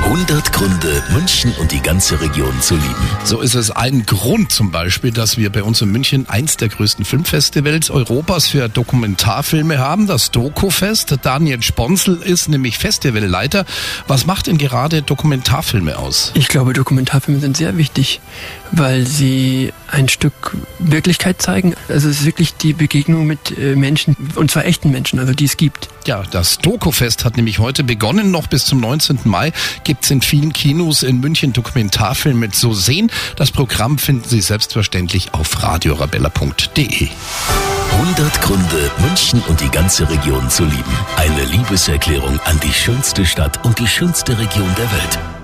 100 Gründe, München und die ganze Region zu lieben. So ist es ein Grund zum Beispiel, dass wir bei uns in München eins der größten Filmfestivals Europas für Dokumentarfilme haben, das Dokufest. Daniel Sponsl ist nämlich Festivalleiter. Was macht denn gerade Dokumentarfilme aus? Ich glaube, Dokumentarfilme sind sehr wichtig, weil sie ein Stück Wirklichkeit zeigen. Also es ist wirklich die Begegnung mit Menschen, und zwar echten Menschen, also die es gibt. Ja, das Dokufest hat nämlich heute begonnen. Noch bis zum 19. Mai gibt's in vielen Kinos in München Dokumentarfilme zu sehen. Das Programm finden Sie selbstverständlich auf radiorabella.de. 100 Gründe, München und die ganze Region zu lieben. Eine Liebeserklärung an die schönste Stadt und die schönste Region der Welt.